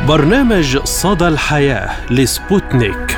برنامج صدى الحياة لسبوتنيك.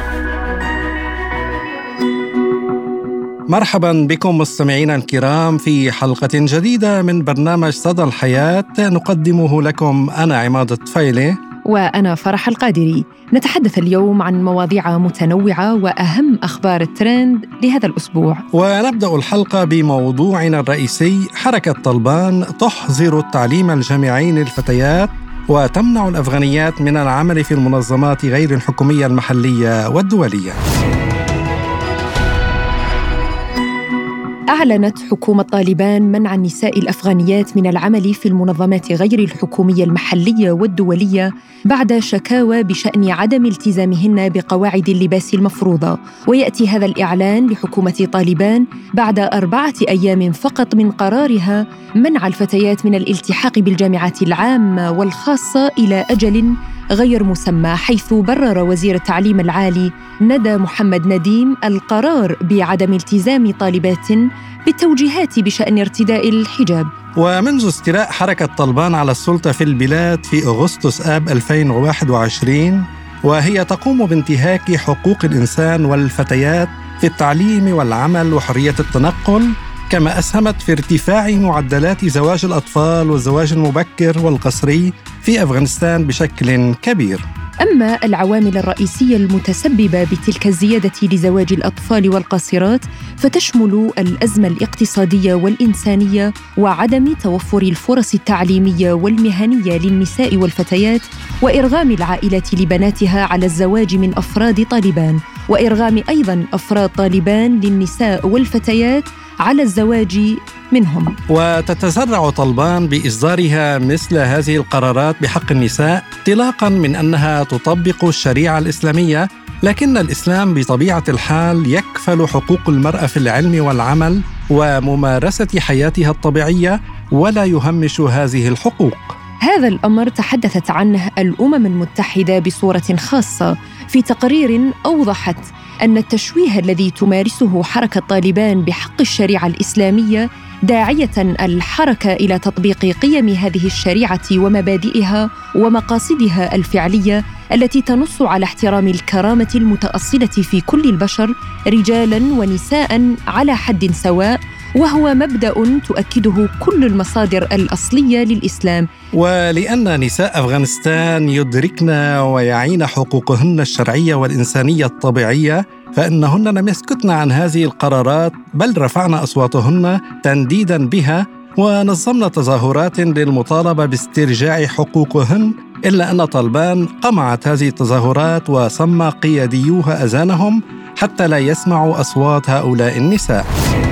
مرحبا بكم مستمعينا الكرام في حلقة جديدة من برنامج صدى الحياة، نقدمه لكم أنا عماد الطفيلي وأنا فرح القادري. نتحدث اليوم عن مواضيع متنوعة وأهم أخبار الترند لهذا الأسبوع. ونبدأ الحلقة بموضوعنا الرئيسي: حركة طالبان تحظر التعليم الجامعي للفتيات وتمنع الأفغانيات من العمل في المنظمات غير الحكومية المحلية والدولية. أعلنت حكومة طالبان منع النساء الأفغانيات من العمل في المنظمات غير الحكومية المحلية والدولية بعد شكاوى بشأن عدم التزامهن بقواعد اللباس المفروضة. ويأتي هذا الإعلان لحكومة طالبان بعد 4 أيام فقط من قرارها منع الفتيات من الالتحاق بالجامعات العامة والخاصة إلى أجل غير مسمى، حيث برر وزير التعليم العالي ندى محمد نديم القرار بعدم التزام طالبات بالتوجيهات بشأن ارتداء الحجاب. ومنذ استيلاء حركة طالبان على السلطة في البلاد في أغسطس آب 2021 وهي تقوم بانتهاك حقوق الإنسان والفتيات في التعليم والعمل وحرية التنقل، كما أسهمت في ارتفاع معدلات زواج الأطفال والزواج المبكر والقسري في أفغانستان بشكل كبير. أما العوامل الرئيسية المتسببة بتلك الزيادة لزواج الأطفال والقاصرات فتشمل الأزمة الاقتصادية والإنسانية وعدم توفر الفرص التعليمية والمهنية للنساء والفتيات، وإرغام العائلات لبناتها على الزواج من أفراد طالبان، وإرغام أيضاً أفراد طالبان للنساء والفتيات على الزواج منهم. وتتزرع طالبان بإصدارها مثل هذه القرارات بحق النساء انطلاقاً من أنها تطبق الشريعة الإسلامية، لكن الإسلام بطبيعة الحال يكفل حقوق المرأة في العلم والعمل وممارسة حياتها الطبيعية ولا يهمش هذه الحقوق. هذا الأمر تحدثت عنه الأمم المتحدة بصورة خاصة في تقرير أوضحت أن التشويه الذي تمارسه حركة طالبان بحق الشريعة الإسلامية داعية الحركة إلى تطبيق قيم هذه الشريعة ومبادئها ومقاصدها الفعلية التي تنص على احترام الكرامة المتأصلة في كل البشر رجالاً ونساء على حد سواء، وهو مبدأ تؤكده كل المصادر الأصلية للإسلام. ولأن نساء أفغانستان يدركن ويعين حقوقهن الشرعية والإنسانية الطبيعية، فإنهن لم يسكتن عن هذه القرارات، بل رفعن أصواتهن تنديداً بها ونظمن تظاهرات للمطالبة باسترجاع حقوقهن، إلا أن طالبان قمعت هذه التظاهرات وصم قياديوها أذانهم حتى لا يسمعوا أصوات هؤلاء النساء.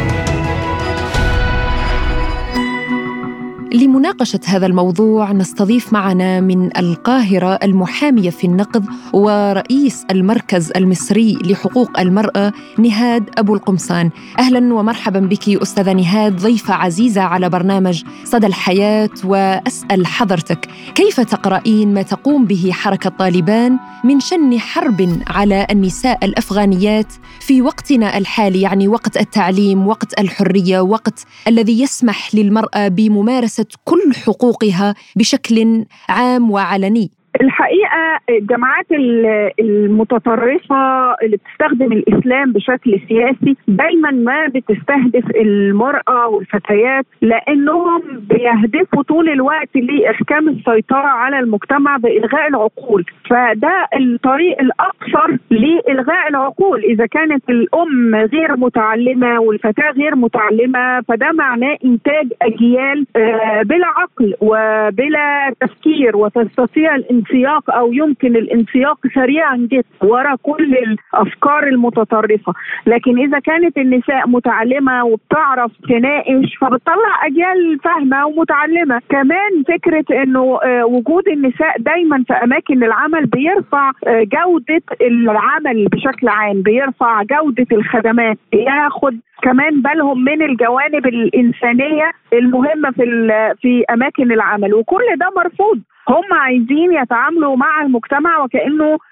لمناقشة هذا الموضوع نستضيف معنا من القاهرة المحامية في النقض ورئيس المركز المصري لحقوق المرأة نهاد أبو القمصان. أهلاً ومرحباً بك أستاذة نهاد، ضيفة عزيزة على برنامج صدى الحياة. وأسأل حضرتك، كيف تقرأين ما تقوم به حركة طالبان من شن حرب على النساء الأفغانيات في وقتنا الحالي، يعني وقت التعليم، وقت الحرية، وقت الذي يسمح للمرأة بممارسة كل حقوقها بشكل عام وعلني؟ الحقيقة الجماعات المتطرفة اللي بتستخدم الإسلام بشكل سياسي دايما ما بتستهدف المرأة والفتيات، لأنهم بيهدفوا طول الوقت لإحكام السيطرة على المجتمع بإلغاء العقول. فده الطريق الأقصر لإلغاء العقول. إذا كانت الأم غير متعلمة والفتاة غير متعلمة، فده معناه إنتاج أجيال بلا عقل وبلا تفكير، وتستطيع الانسياق أو يمكن الانسياق سريعا جدا وراء كل الأفكار المتطرفة. لكن إذا كانت النساء متعلمة وبتعرف تناقش، فبتطلع أجيال فاهمة ومتعلمة. كمان فكرة أنه وجود النساء دايما في أماكن العمل بيرفع جودة العمل بشكل عام، بيرفع جودة الخدمات، ياخد كمان بالهم من الجوانب الإنسانية المهمة في أماكن العمل. وكل ده مرفوض. هم عايزين يتعاملوا مع المجتمع وكأنه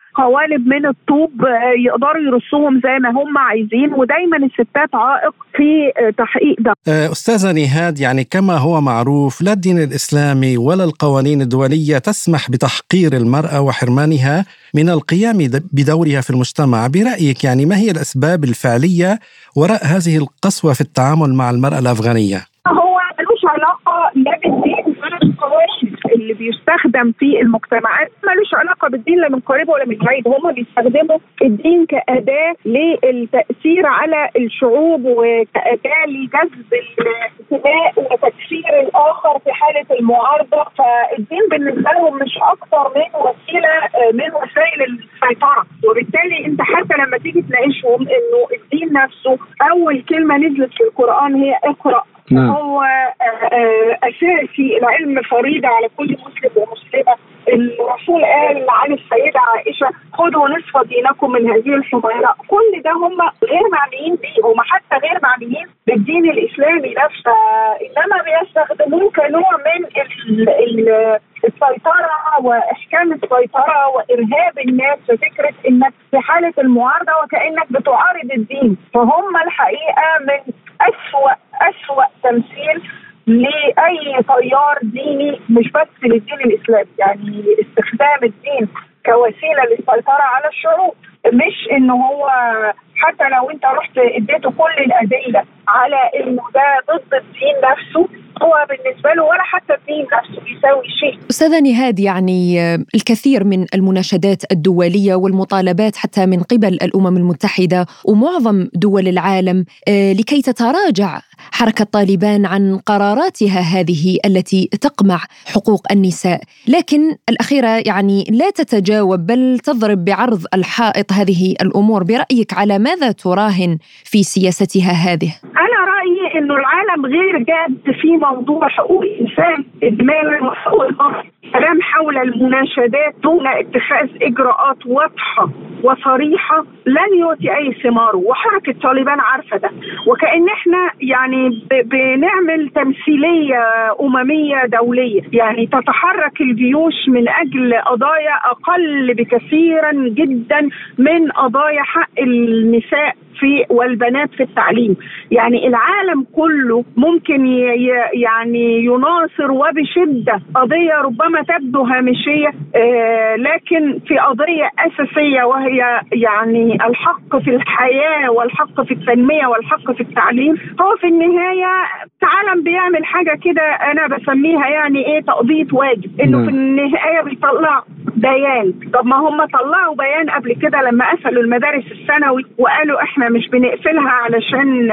قوالب من الطوب يقدروا يرصوهم زي ما هم عايزين، ودايما الستات عائق في تحقيق ده. أستاذة نهاد، يعني كما هو معروف لا الدين الإسلامي ولا القوانين الدولية تسمح بتحقير المرأة وحرمانها من القيام بدورها في المجتمع. برأيك يعني ما هي الأسباب الفعلية وراء هذه القسوة في التعامل مع المرأة الأفغانية؟ هو ملوش علاقة لا بالدين ولا بالقوانين اللي بيستخدم في المجتمعات، ملوش علاقة بالدين لا من قريب ولا من بعيد. هم بيستخدموا الدين كأداة للتأثير على الشعوب وكأداة لجذب الانتماء وتكفير الآخر في حالة المعارضة. فالدين بالنسبة لهم مش أكثر من وسيلة من وسائل السيطرة، وبالتالي أنت حتى لما تيجي تناقشهم إنه الدين نفسه أول كلمة نزلت في القرآن هي اقرأ. هو أساسي، العلم فريضة على كل مسلم ومسلمة. الرسول قال عن السيدة عائشة خذوا نصف دينكم من هذه الحميراء. كل ده هم غير معنيين بيه، هم حتى غير معنيين بالدين الإسلامي نفسه، إنما بيستخدموه كنوع من السيطرة وإحكام السيطرة وإرهاب الناس، وفكرة إنك في حالة المعارضة وكأنك بتعارض الدين. فهم الحقيقة من أسوأ تمثيل لأي تيار ديني، مش بس للدين الإسلامي، يعني استخدام الدين كوسيلة للسيطرة على الشعوب. مش إنه هو حتى لو أنت رحت اديته كل الأدلة على إنه ده ضد الدين نفسه، هو بالنسبة له ولا حتى الدين نفسه بيساوي شيء. أستاذة نهاد، يعني الكثير من المناشدات الدولية والمطالبات حتى من قبل الأمم المتحدة ومعظم دول العالم لكي تتراجع حركة طالبان عن قراراتها هذه التي تقمع حقوق النساء، لكن الأخيرة يعني لا تتجاوب بل تضرب بعرض الحائط هذه الأمور. برأيك على ماذا تراهن في سياستها هذه؟ أنا رأيي إنه العالم غير جاد في موضوع حقوق الإنسان إجمالا وحقوق المرأة. كلام حول المناشدات دون اتخاذ إجراءات واضحة وصريحة لن يؤتي أي ثمار، وحركة طالبان عارفة ده. وكأن احنا يعني بنعمل تمثيلية أممية دولية، يعني تتحرك الجيوش من أجل قضايا أقل بكثيرا جدا من قضايا حق النساء والبنات في التعليم. يعني العالم كله ممكن يعني يناصر وبشدة قضية ربما تبدو هامشية، لكن في قضية أساسية وهي يعني الحق في الحياة والحق في التنمية والحق في التعليم. هو في النهاية العالم بيعمل حاجة كده أنا بسميها يعني إيه تقضية واجب، إنه في النهاية بيطلع بيان. طب ما هم طلعوا بيان قبل كده لما قفلوا المدارس الثانوي وقالوا احنا مش بنقفلها علشان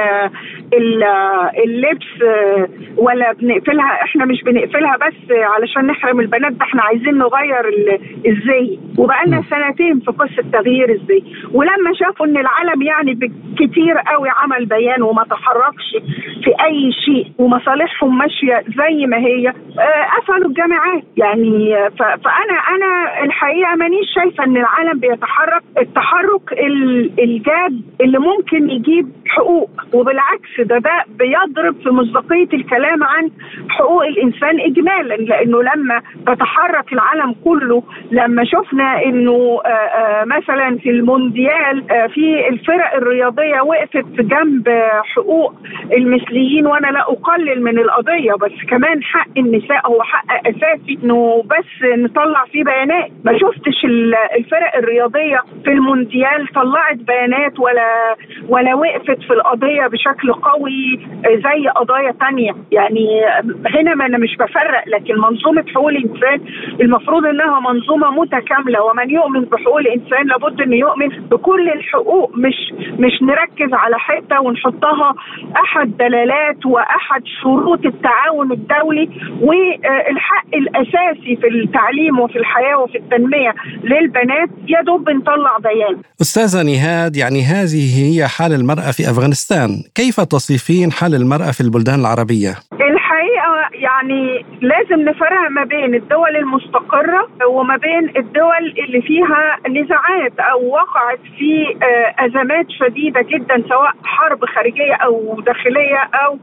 اللبس، ولا بنقفلها، احنا مش بنقفلها بس علشان نحرم البنات، ده احنا عايزين نغير الزي. وبقالنا سنتين في قصة تغيير الزي، ولما شافوا ان العالم يعني كتير قوي عمل بيان وما تحركش في اي شيء ومصالحهم ماشية زي ما هي، قفلوا الجامعات. يعني فأنا الحقيقة مانيش شايفة ان العالم بيتحرك التحرك الجاد اللي ممكن يجيب حقوق، وبالعكس ده بيضرب في مصداقية الكلام عن حقوق الإنسان إجمالا. لأنه لما تتحرك العالم كله، لما شفنا إنه مثلا في المونديال في الفرق الرياضية وقفت جنب حقوق المثليين، وأنا لا أقلل من القضية، بس كمان حق النساء هو حق أساسي إنه بس نطلع فيه بيانات. ما شفتش الفرق الرياضية في المونديال طلعت بيانات ولا وقفت في القضية بشكل قوي زي قضايا تانية. يعني هنا ما أنا مش بفرق، لكن منظومة حقوق الإنسان المفروض إنها منظومة متكاملة، ومن يؤمن بحقوق الإنسان لابد إنه يؤمن بكل الحقوق، مش نركز على حتة ونحطها أحد دلالات وأحد شروط التعاون الدولي. والحق الأساسي في التعليم وفي الحياة وفي التنمية للبنات يا دوب نطلع بيان. أستاذة نهاد، يعني هذه هي حال المرأة في أفغانستان، كيف تصفين حال المرأة في البلدان العربية؟ الحقيقة يعني لازم نفرق ما بين الدول المستقرة وما بين الدول اللي فيها نزاعات أو وقعت في أزمات شديدة جدا، سواء حرب خارجية أو داخلية أو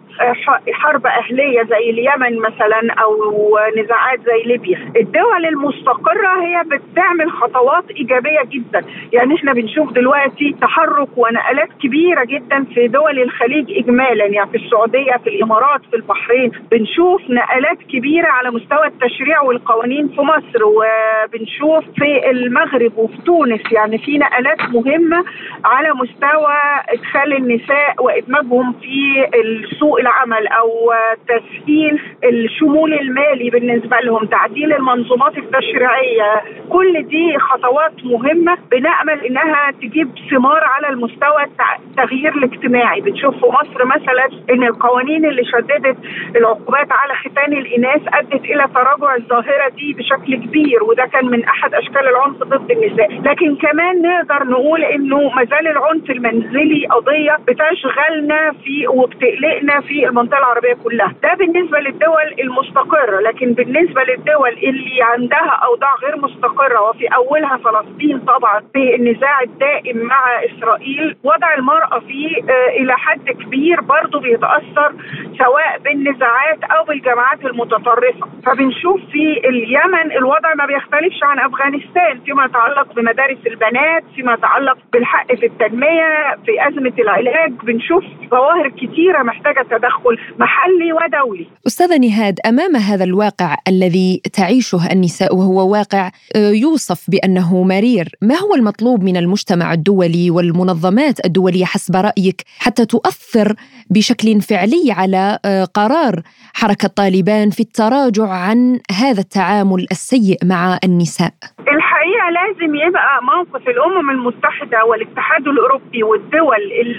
حرب أهلية زي اليمن مثلا أو نزاعات زي ليبيا. الدول المستقرة هي بتعمل خطوات إيجابية جدا، يعني احنا بنشوف دلوقتي تحرك ونقلات كبيرة جدا في دول الخليج إجمالا، يعني في السعودية، في الإمارات، في البحرين، بنشوف نقلات كبيرة على مستوى التشريع والقوانين في مصر، وبنشوف في المغرب وفي تونس، يعني في نقلات مهمة على مستوى إدخال النساء وإدماجهم في سوق العمل أو تسهيل الشمول المالي بالنسبة لهم، تعديل المنظومات التشريعية. كل دي خطوات مهمة بنأمل إنها تجيب ثمار على المستوى التغيير الاجتماعي. بنشوف في مصر مثلا إن القوانين اللي شددت العقوبات على ختان الإناث أدت إلى تراجع الظاهرة دي بشكل كبير، وده كان من أحد أشكال العنف ضد النساء. لكن كمان نقدر نقول إنه مازال العنف المنزلي قضية بتشغلنا وبتقلقنا في المنطقة العربية كلها. ده بالنسبة للدول المستقرة، لكن بالنسبة للدول اللي عندها أوضاع غير مستقرة وفي أولها فلسطين طبعا في النزاع الدائم مع إسرائيل، وضع المرأة فيه إلى حد كبير برضو بيتأثر سواء بالنزاعات أو بالجماعات المتطرفة. فبنشوف في اليمن الوضع ما بيختلفش عن أفغانستان فيما يتعلق بمدارس البنات، فيما يتعلق بالحق في التنمية، في أزمة العلاج. بنشوف ظواهر كتيرة محتاجة تدخل محلي ودولي. أستاذة نهاد، أمام هذا الواقع الذي تعيشه النساء وهو واقع يوصف بأنه مرير، ما هو المطلوب من المجتمع الدولي والمنظمات الدولية حسب رأيك حتى تؤثر بشكل فعلي على قرار حركة طالبان في التراجع عن هذا التعامل السيء مع النساء؟ الحقيقة لازم يبقى موقف الأمم المتحدة والاتحاد الأوروبي والدول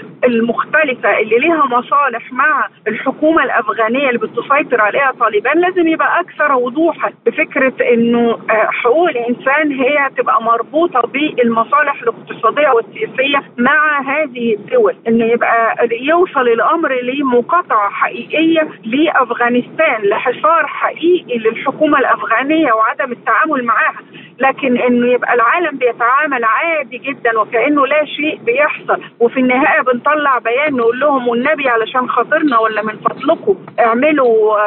المختلفة اللي لها مصالح مع الحكومة الأفغانية اللي بتسيطر عليها طالبان، لازم يبقى أكثر وضوحا بفكرة إنه حقوق الإنسان هي تبقى مربوطة بالمصالح الاقتصادية والسياسية مع هذه الدول، إنه يبقى يوصل الأمر لمقاطعة حقيقية لأفغانستان، لحصار حقيقي للحكومة الأفغانية وعدم التعامل معها. لكن إنه يبقى العالم بيتعامل عادي جدا وكأنه لا شيء بيحصل، وفي النهاية بنطلع بيان نقول لهم والنبي علشان خاطرنا ولا من فضلكم اعملوا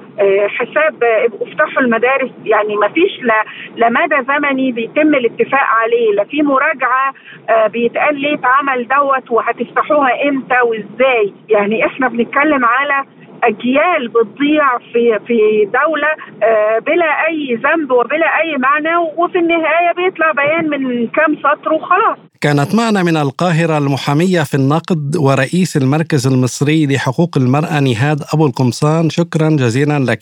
حساب، افتحوا المدارس. يعني ما فيش لا مدى زمني بيتم الاتفاق عليه، لا في مراجعة بيتقال ليه اتعمل دوت وهتفتحوها امتى وازاي. يعني احنا بنتكلم على أجيال بتضيع في دولة بلا أي ذنب وبلا أي معنى، وفي النهاية بيطلع بيان من كام سطر وخلاص. كانت معنا من القاهرة المحامية في النقد ورئيس المركز المصري لحقوق المرأة نهاد أبو القمصان، شكرا جزيلا لك.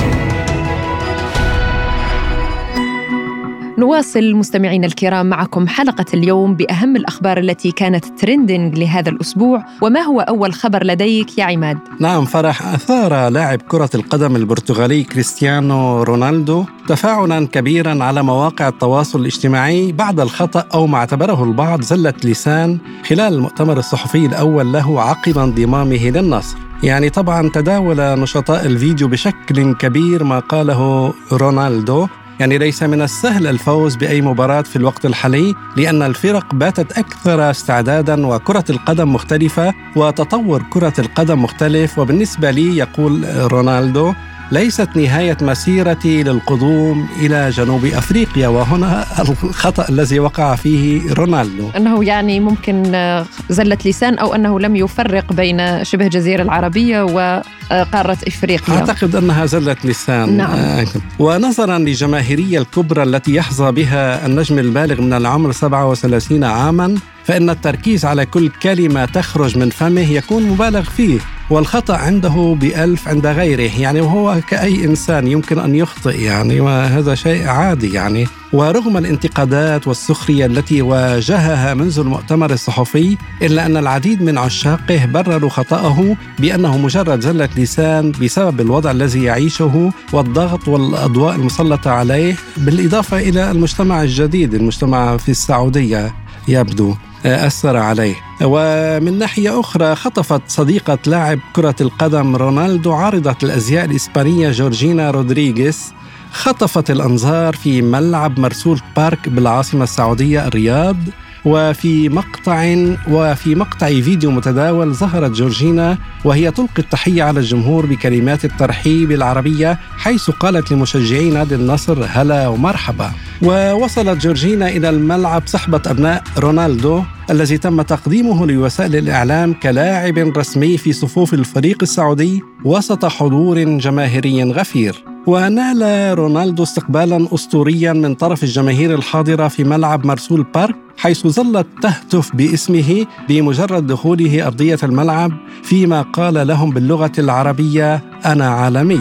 نواصل مستمعين الكرام معكم حلقة اليوم بأهم الأخبار التي كانت ترندنج لهذا الأسبوع. وما هو أول خبر لديك يا عماد؟ نعم فرح، أثار لاعب كرة القدم البرتغالي كريستيانو رونالدو تفاعلا كبيرا على مواقع التواصل الاجتماعي بعد الخطأ أو ما اعتبره البعض زلة لسان خلال المؤتمر الصحفي الأول له عقب انضمامه للنصر. يعني طبعا تداول نشطاء الفيديو بشكل كبير ما قاله رونالدو. يعني ليس من السهل الفوز بأي مباراة في الوقت الحالي لأن الفرق باتت أكثر استعدادا وكرة القدم مختلفة وتطور كرة القدم مختلف. وبالنسبة لي يقول رونالدو ليست نهاية مسيرتي للقدوم إلى جنوب أفريقيا. وهنا الخطأ الذي وقع فيه رونالدو، أنه يعني ممكن زلة لسان أو أنه لم يفرق بين شبه جزيرة العربية وقارة إفريقيا. أعتقد أنها زلة لسان. نعم. ونظرا لجماهيرية الكبرى التي يحظى بها النجم البالغ من العمر 37 عاما، فإن التركيز على كل كلمة تخرج من فمه يكون مبالغ فيه، والخطأ عنده ب1000 عند غيره. يعني وهو كأي إنسان يمكن أن يخطئ، يعني وهذا شيء عادي. يعني ورغم الانتقادات والسخرية التي واجهها منذ المؤتمر الصحفي، إلا أن العديد من عشاقه برروا خطأه بأنه مجرد زلة لسان بسبب الوضع الذي يعيشه والضغط والأضواء المسلطة عليه، بالإضافة إلى المجتمع الجديد، المجتمع في السعودية يبدو. أثر عليه. ومن ناحية أخرى خطفت صديقة لاعب كرة القدم رونالدو عارضة الأزياء الإسبانية جورجينا رودريغيز، خطفت الأنظار في ملعب مرسول بارك بالعاصمة السعودية الرياض. وفي مقطع فيديو متداول ظهرت جورجينا وهي تلقي التحية على الجمهور بكلمات الترحيب العربية، حيث قالت لمشجعي نادي النصر هلا ومرحبا. ووصلت جورجينا إلى الملعب صحبة أبناء رونالدو الذي تم تقديمه لوسائل الإعلام كلاعب رسمي في صفوف الفريق السعودي وسط حضور جماهيري غفير. ونال رونالدو استقبالا أسطوريا من طرف الجماهير الحاضرة في ملعب مرسول بارك، حيث ظلت تهتف باسمه بمجرد دخوله أرضية الملعب، فيما قال لهم باللغة العربية أنا عالمي.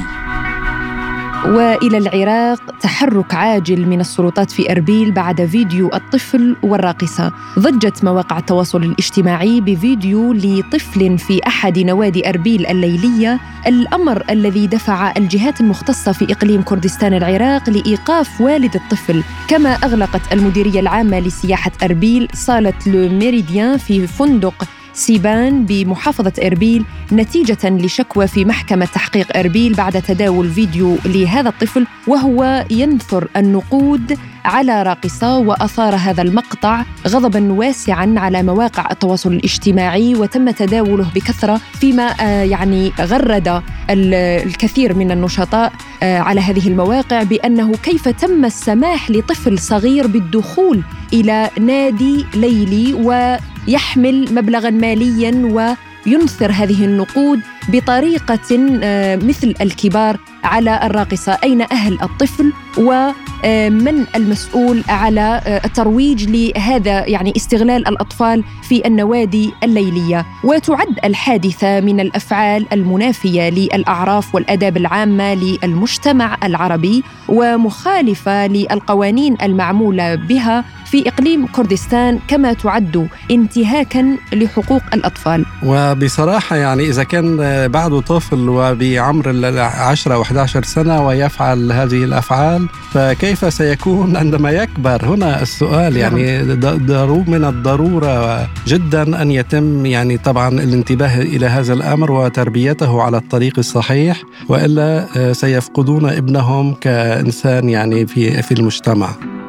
وإلى العراق، تحرك عاجل من السلطات في أربيل بعد فيديو الطفل والراقصة. ضجت مواقع التواصل الاجتماعي بفيديو لطفل في أحد نوادي أربيل الليلية، الأمر الذي دفع الجهات المختصة في إقليم كردستان العراق لإيقاف والد الطفل. كما أغلقت المديرية العامة لسياحة أربيل صالة لو ميريديان في فندق سيبان بمحافظة إربيل نتيجة لشكوى في محكمة تحقيق إربيل بعد تداول فيديو لهذا الطفل وهو ينثر النقود على راقصة. وأثار هذا المقطع غضباً واسعاً على مواقع التواصل الاجتماعي، وتم تداوله بكثرة، فيما غرد الكثير من النشطاء على هذه المواقع بأنه كيف تم السماح لطفل صغير بالدخول إلى نادي ليلي ويحمل مبلغاً مالياً وينثر هذه النقود بطريقة مثل الكبار على الراقصة. أين أهل الطفل ومن المسؤول على الترويج لهذا استغلال الأطفال في النوادي الليلية؟ وتعد الحادثة من الأفعال المنافية للأعراف والآداب العامة للمجتمع العربي ومخالفة للقوانين المعمولة بها في إقليم كردستان، كما تعد انتهاكاً لحقوق الأطفال. وبصراحة إذا كان بعده طفل وبعمر 10 أو 11 سنة ويفعل هذه الأفعال، فكيف سيكون عندما يكبر؟ هنا السؤال. من الضرورة جدا أن يتم طبعا الانتباه إلى هذا الأمر وتربيته على الطريق الصحيح، وإلا سيفقدون ابنهم كإنسان في المجتمع.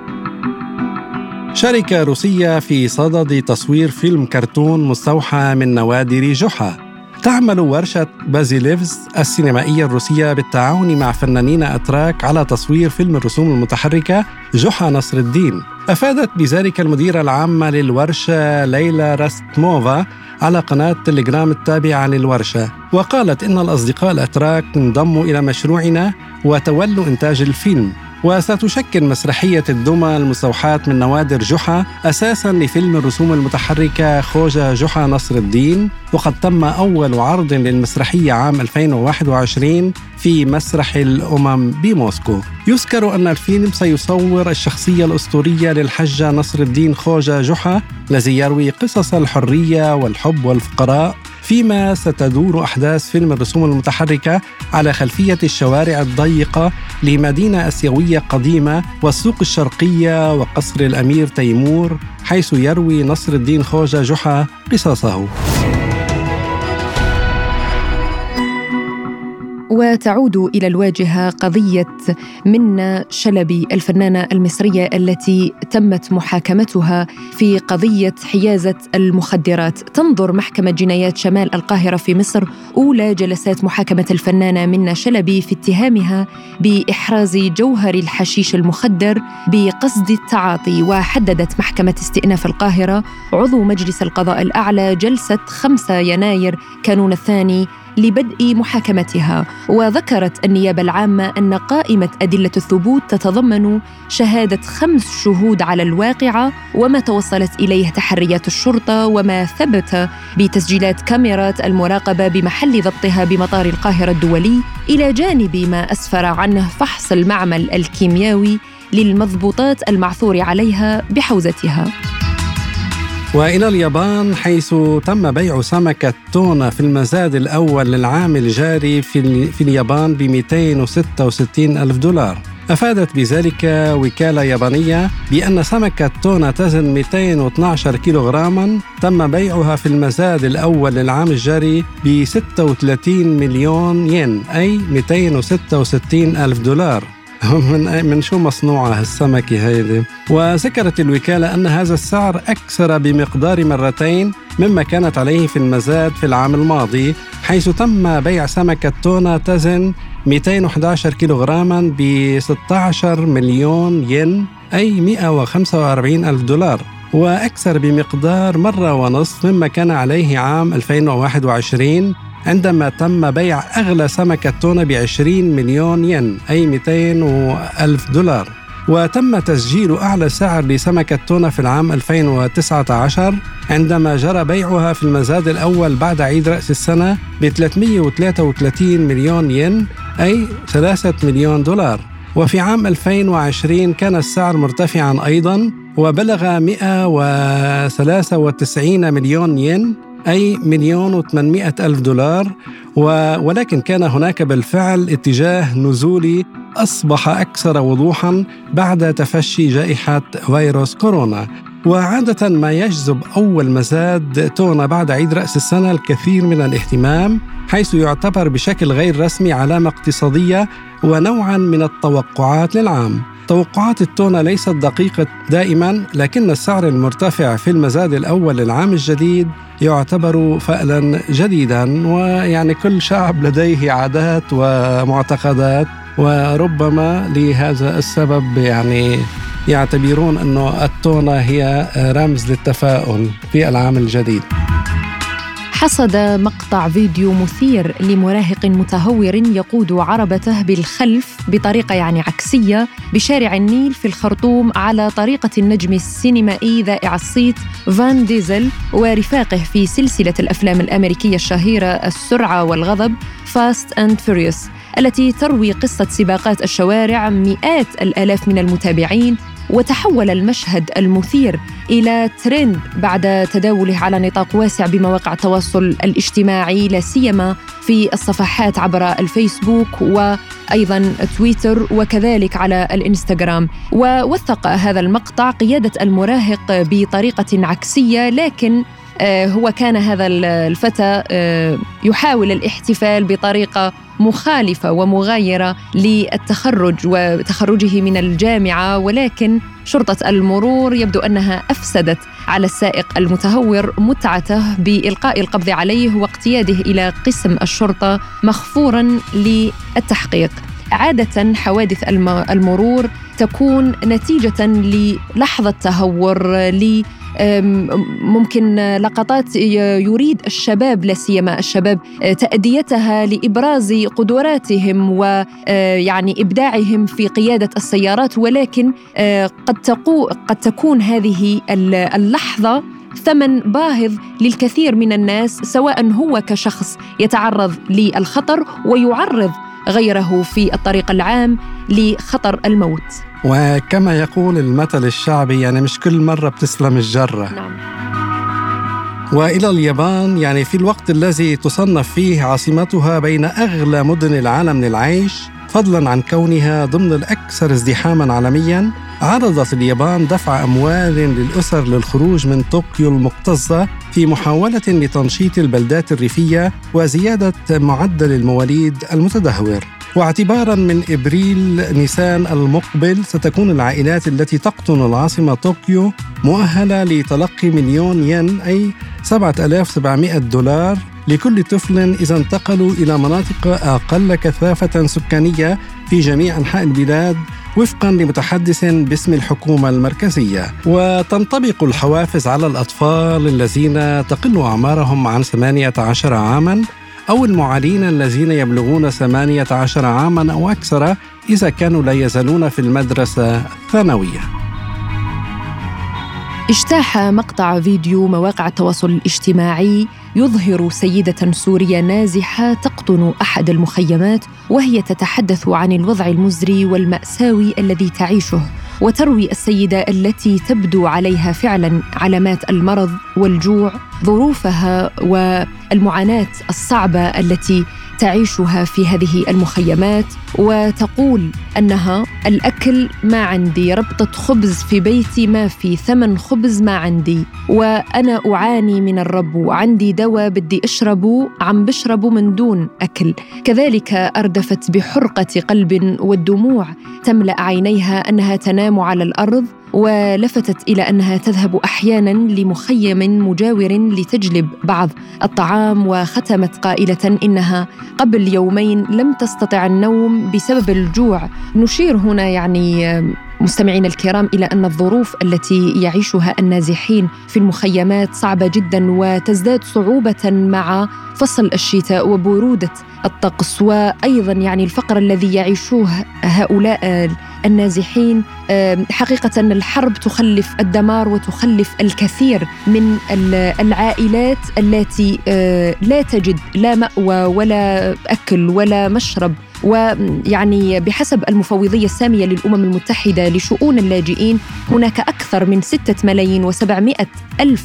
شركة روسية في صدد تصوير فيلم كرتون مستوحى من نوادر جحا. تعمل ورشة بازيليفز السينمائية الروسية بالتعاون مع فنانين أتراك على تصوير فيلم الرسوم المتحركة جحا نصر الدين. أفادت بذلك المديرة العامة للورشة ليلى راستموفا على قناة تليجرام التابعة للورشة، وقالت إن الأصدقاء الأتراك انضموا إلى مشروعنا وتولوا إنتاج الفيلم، وستشكل مسرحية الدمى المستوحاة من نوادر جحا أساساً لفيلم الرسوم المتحركة خوجة جحا نصر الدين. وقد تم أول عرض للمسرحية عام 2021 في مسرح الأمم بموسكو. يذكر أن الفيلم سيصور الشخصية الأسطورية للحجة نصر الدين خوجة جحا الذي يروي قصص الحرية والحب والفقراء، فيما ستدور أحداث فيلم الرسوم المتحركة على خلفية الشوارع الضيقة لمدينة آسيوية قديمة والسوق الشرقية وقصر الأمير تيمور، حيث يروي نصر الدين خوجة جحا قصصه. وتعود إلى الواجهة قضية منة شلبي الفنانة المصرية التي تمت محاكمتها في قضية حيازة المخدرات. تنظر محكمة جنايات شمال القاهرة في مصر أولى جلسات محاكمة الفنانة منة شلبي في اتهامها بإحراز جوهر الحشيش المخدر بقصد التعاطي. وحددت محكمة استئناف القاهرة عضو مجلس القضاء الأعلى جلسة 5 يناير كانون الثاني لبدء محاكمتها. وذكرت النيابة العامة أن قائمة أدلة الثبوت تتضمن شهادة 5 شهود على الواقعة وما توصلت إليه تحريات الشرطة وما ثبت بتسجيلات كاميرات المراقبة بمحل ضبطها بمطار القاهرة الدولي، إلى جانب ما أسفر عنه فحص المعمل الكيميائي للمضبوطات المعثور عليها بحوزتها. وإلى اليابان، حيث تم بيع سمكة تونة في المزاد الأول للعام الجاري في اليابان ب$266,000. أفادت بذلك وكالة يابانية بأن سمكة تونة تزن 212 كيلوغراما تم بيعها في المزاد الأول للعام الجاري ب 36 مليون ين، أي 266 ألف دولار. من شو مصنوعة السمكة هذه؟ وذكرت الوكالة أن هذا السعر أكثر بمقدار مرتين مما كانت عليه في المزاد في العام الماضي، حيث تم بيع سمكة تونة تزن 211 كيلوغراما ب 16 مليون ين، أي 145 ألف دولار، وأكثر بمقدار مرة ونصف مما كان عليه عام 2021 عندما تم بيع أغلى سمكة تونة ب20 مليون ين، أي 200 ألف دولار. وتم تسجيل أعلى سعر لسمكة تونة في العام 2019 عندما جرى بيعها في المزاد الأول بعد عيد رأس السنة ب 333 مليون ين، أي 3 مليون دولار. وفي عام 2020 كان السعر مرتفعا أيضا وبلغ 193 مليون ين، أي 1,800,000 دولار، ولكن كان هناك بالفعل اتجاه نزولي أصبح أكثر وضوحا بعد تفشي جائحة فيروس كورونا. وعادة ما يجذب أول مزاد تونة بعد عيد رأس السنة الكثير من الاهتمام، حيث يعتبر بشكل غير رسمي علامة اقتصادية ونوعا من التوقعات للعام. توقعات التونة ليست دقيقة دائما، لكن السعر المرتفع في المزاد الأول للعام الجديد يعتبر فعلا جديدا. ويعني كل شعب لديه عادات ومعتقدات، وربما لهذا السبب يعني يعتبرون أنه التونة هي رمز للتفاؤل في العام الجديد. حصد مقطع فيديو مثير لمراهق متهور يقود عربته بالخلف بطريقة عكسية بشارع النيل في الخرطوم على طريقة النجم السينمائي ذائع الصيت فان ديزل ورفاقه في سلسلة الأفلام الأمريكية الشهيرة السرعة والغضب Fast and Furious، التي تروي قصة سباقات الشوارع مئات الآلاف من المتابعين. وتحول المشهد المثير إلى ترند بعد تداوله على نطاق واسع بمواقع التواصل الاجتماعي، لا سيما في الصفحات عبر الفيسبوك وأيضاً تويتر وكذلك على الإنستغرام. ووثق هذا المقطع قيادة المراهق بطريقة عكسية، لكن هو كان هذا الفتى يحاول الاحتفال بطريقة مخالفة ومغايرة للتخرج وتخرجه من الجامعة، ولكن شرطة المرور يبدو أنها أفسدت على السائق المتهور متعته بإلقاء القبض عليه واقتياده إلى قسم الشرطة مخفوراً للتحقيق. عادة حوادث المرور تكون نتيجة للحظة تهور، ممكن لقطات يريد الشباب لا سيما الشباب تأديتها لإبراز قدراتهم ويعني إبداعهم في قيادة السيارات، ولكن قد تكون هذه اللحظة ثمن باهظ للكثير من الناس، سواء هو كشخص يتعرض للخطر ويعرض غيره في الطريق العام لخطر الموت. وكما يقول المثل الشعبي يعني مش كل مرة بتسلم الجرة. نعم. وإلى اليابان، يعني في الوقت الذي تصنف فيه عاصمتها بين أغلى مدن العالم للعيش فضلاً عن كونها ضمن الأكثر ازدحاماً عالمياً، عرضت اليابان دفع أموال للأسر للخروج من طوكيو المكتظة في محاولة لتنشيط البلدات الريفية وزيادة معدل المواليد المتدهور. واعتباراً من إبريل نيسان المقبل ستكون العائلات التي تقطن العاصمة طوكيو مؤهلة لتلقي 1,000,000 ين، أي 7,700 دولار لكل طفل إذا انتقلوا إلى مناطق أقل كثافة سكانية في جميع أنحاء البلاد، وفقاً لمتحدث باسم الحكومة المركزية. وتنطبق الحوافز على الأطفال الذين تقل أعمارهم عن 18 عاماً أو المعالين الذين يبلغون 18 عاماً أو أكثر إذا كانوا لا يزالون في المدرسة الثانوية. اجتاح مقطع فيديو مواقع التواصل الاجتماعي يظهر سيدة سورية نازحة تقطن أحد المخيمات وهي تتحدث عن الوضع المزري والمأساوي الذي تعيشه، وتروي السيدة التي تبدو عليها فعلا علامات المرض والجوع ظروفها والمعاناة الصعبة التي تعيشها في هذه المخيمات، وتقول أنها الأكل ما عندي، ربطة خبز في بيتي ما في، ثمن خبز ما عندي، وأنا أعاني من الرب، وعندي دواء بدي أشربه عم بشربه من دون أكل. كذلك أردفت بحرقة قلب والدموع تملأ عينيها أنها تنام على الأرض، ولفتت إلى أنها تذهب أحياناً لمخيم مجاور لتجلب بعض الطعام، وختمت قائلة إنها قبل يومين لم تستطع النوم بسبب الجوع. نشير هنا يعني مستمعين الكرام إلى أن الظروف التي يعيشها النازحين في المخيمات صعبة جداً، وتزداد صعوبة مع فصل الشتاء وبرودة الطقس، وأيضاً يعني الفقر الذي يعيشوه هؤلاء النازحين. حقيقة الحرب تخلف الدمار وتخلف الكثير من العائلات التي لا تجد لا مأوى ولا أكل ولا مشرب. ويعني بحسب المفوضية السامية للأمم المتحدة لشؤون اللاجئين هناك أكثر من 6,700,000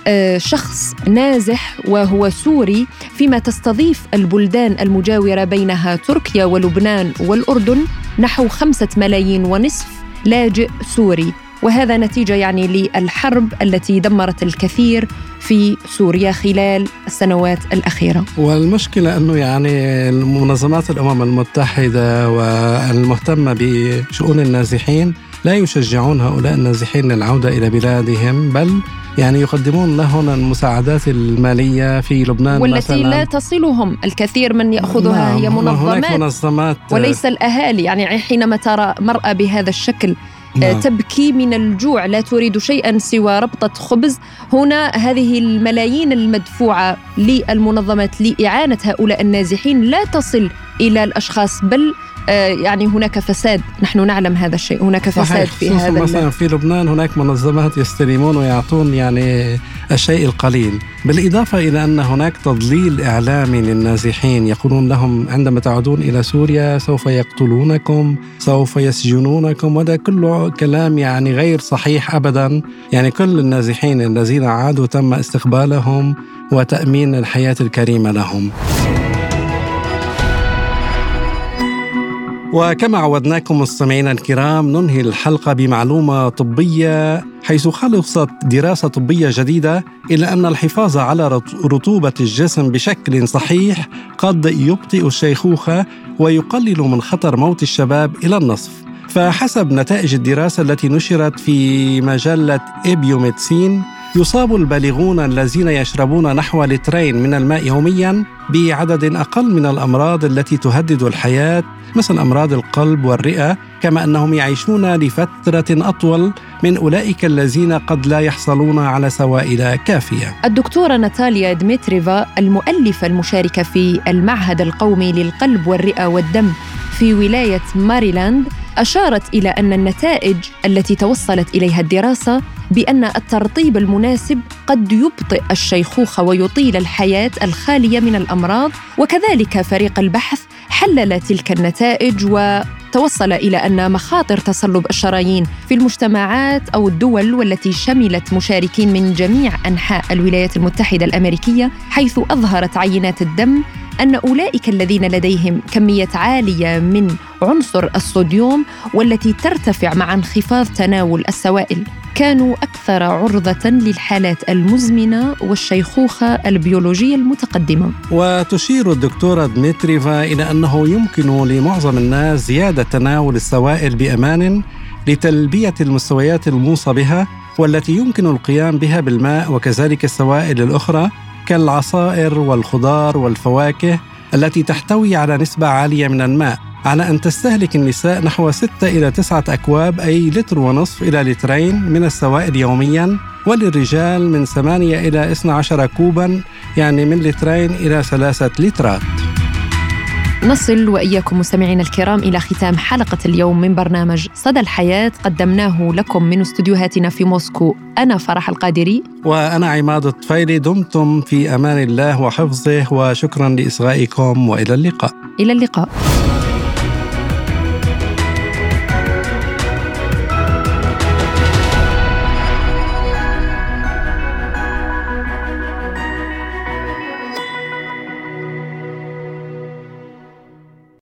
شخص نازح وهو سوري، فيما تستضيف البلدان المجاورة بينها تركيا ولبنان والأردن نحو 5.5 ملايين لاجئ سوري، وهذا نتيجة يعني للحرب التي دمرت الكثير في سوريا خلال السنوات الأخيرة. والمشكلة أنه يعني منظمات الأمم المتحدة والمهتمة بشؤون النازحين لا يشجعون هؤلاء النازحين للعودة إلى بلادهم، بل يعني يقدمون لهم المساعدات المالية في لبنان والتي مثلاً لا تصلهم. الكثير من يأخذها هي منظمات وليس الأهالي. يعني حينما ترى مرأة بهذا الشكل تبكي من الجوع، لا تريد شيئا سوى ربطة خبز، هنا هذه الملايين المدفوعة للمنظمات لإعانة هؤلاء النازحين لا تصل إلى الأشخاص، بل يعني هناك فساد. نحن نعلم هذا الشيء، هناك فساد في هذا. مثلا في لبنان هناك منظمات يستلمون ويعطون يعني الشيء القليل، بالإضافة إلى أن هناك تضليل إعلامي للنازحين، يقولون لهم عندما تعودون إلى سوريا سوف يقتلونكم، سوف يسجنونكم، وهذا كله كلام يعني غير صحيح أبدا. يعني كل النازحين الذين عادوا تم استقبالهم وتأمين الحياة الكريمة لهم. وكما عودناكم مستمعينا الكرام، ننهي الحلقة بمعلومة طبية، حيث خلصت دراسة طبية جديدة إلى أن الحفاظ على رطوبة الجسم بشكل صحيح قد يبطئ الشيخوخة ويقلل من خطر موت الشباب إلى النصف. فحسب نتائج الدراسة التي نشرت في مجلة إبيوميدسين، يصاب البالغون الذين يشربون نحو 2 لتر من الماء يومياً بعدد أقل من الأمراض التي تهدد الحياة مثل أمراض القلب والرئة، كما أنهم يعيشون لفترة أطول من أولئك الذين قد لا يحصلون على سوائل كافية. الدكتورة ناتاليا دميتريفا المؤلفة المشاركة في المعهد القومي للقلب والرئة والدم في ولاية ماريلاند أشارت إلى أن النتائج التي توصلت إليها الدراسة بأن الترطيب المناسب قد يبطئ الشيخوخة ويطيل الحياة الخالية من الأمراض. وكذلك فريق البحث حلل تلك النتائج وتوصل إلى أن مخاطر تصلب الشرايين في المجتمعات أو الدول والتي شملت مشاركين من جميع أنحاء الولايات المتحدة الأمريكية، حيث أظهرت عينات الدم أن أولئك الذين لديهم كمية عالية من عنصر الصوديوم والتي ترتفع مع انخفاض تناول السوائل كانوا أكثر عرضة للحالات المزمنة والشيخوخة البيولوجية المتقدمة. وتشير الدكتورة دميتريفا إلى أنه يمكن لمعظم الناس زيادة تناول السوائل بأمان لتلبية المستويات الموصى بها والتي يمكن القيام بها بالماء، وكذلك السوائل الأخرى كالعصائر والخضار والفواكه التي تحتوي على نسبة عالية من الماء، على أن تستهلك النساء نحو 6 إلى 9 أكواب أي 1.5 لتر إلى 2 لتر من السوائل يومياً، وللرجال من 8 إلى 12 كوباً يعني من 2 لترين إلى 3 لترات. نصل وإياكم مستمعينا الكرام إلى ختام حلقة اليوم من برنامج صدى الحياة، قدمناه لكم من استديوهاتنا في موسكو. أنا فرح القادري وأنا عماد الطفيلي. دمتم في أمان الله وحفظه، وشكرا لإصغائكم، وإلى اللقاء. إلى اللقاء.